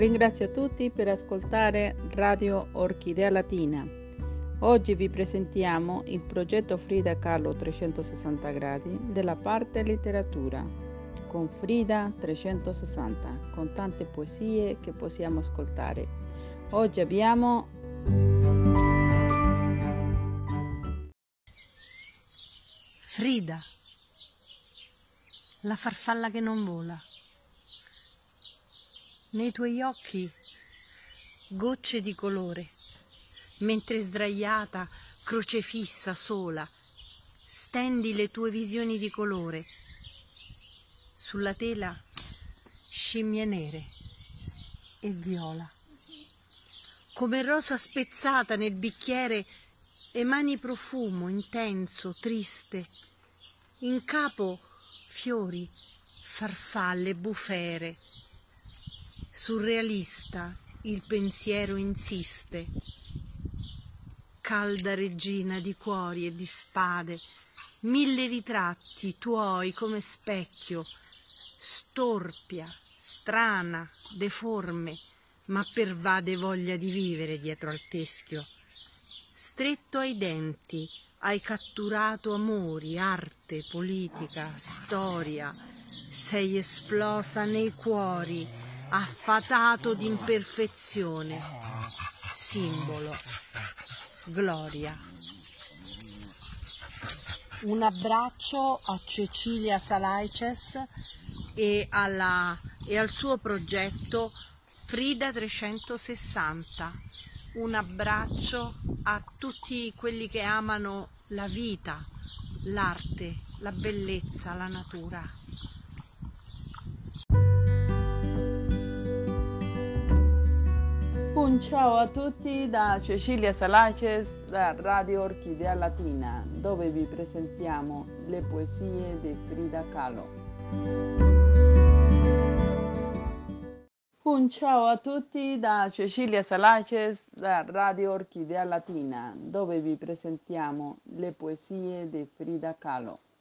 Ringrazio tutti per ascoltare Radio Orchidea Latina. Oggi vi presentiamo il progetto Frida Kahlo 360 gradi della parte letteratura, con Frida 360, con tante poesie che possiamo ascoltare. Oggi abbiamo Frida, la farfalla che non vola. Nei tuoi occhi gocce di colore, mentre sdraiata, crocefissa, sola, stendi le tue visioni di colore. Sulla tela scimmie nere e viola. Come rosa spezzata nel bicchiere emani profumo intenso, triste. In capo fiori, farfalle, bufere. Surrealista il pensiero insiste, calda regina di cuori e di spade, 1000 ritratti tuoi come specchio, storpia, strana, deforme, ma pervade voglia di vivere dietro al teschio. Stretto ai denti hai catturato amori, arte, politica, storia, sei esplosa nei cuori, affatato d'imperfezione, simbolo, gloria. Un abbraccio a Cecilia Salaices e al suo progetto Frida 360. Un abbraccio a tutti quelli che amano la vita, l'arte, la bellezza, la natura. un ciao a tutti da Cecilia Salaces da Radio Orchidea Latina, dove vi presentiamo le poesie di Frida Kahlo. Un ciao a tutti da Cecilia Salaces da Radio Orchidea Latina, dove vi presentiamo le poesie di Frida Kahlo.